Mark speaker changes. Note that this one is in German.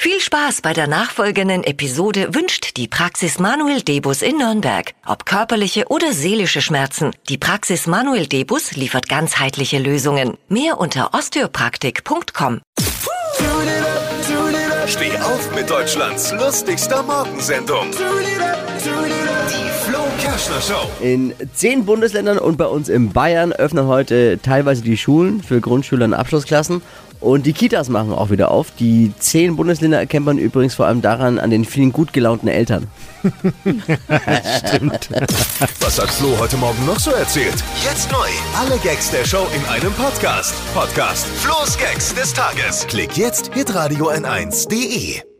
Speaker 1: Viel Spaß bei der nachfolgenden Episode wünscht die Praxis Manuel Debus in Nürnberg. Ob körperliche oder seelische Schmerzen, die Praxis Manuel Debus liefert ganzheitliche Lösungen. Mehr unter osteopraktik.com.
Speaker 2: Steh auf mit Deutschlands lustigster Morgensendung. Die Flo Kerschner Show.
Speaker 3: In 10 Bundesländern und bei uns in Bayern öffnen heute teilweise die Schulen für Grundschüler und Abschlussklassen. Und die Kitas machen auch wieder auf. Die 10 Bundesländer erkennt man übrigens vor allem daran an den vielen gut gelaunten Eltern.
Speaker 4: Stimmt.
Speaker 2: Was hat Flo heute Morgen noch so erzählt? Jetzt neu. Alle Gags der Show in einem Podcast. Flo's Gags des Tages. Klick jetzt hitradio n1.de.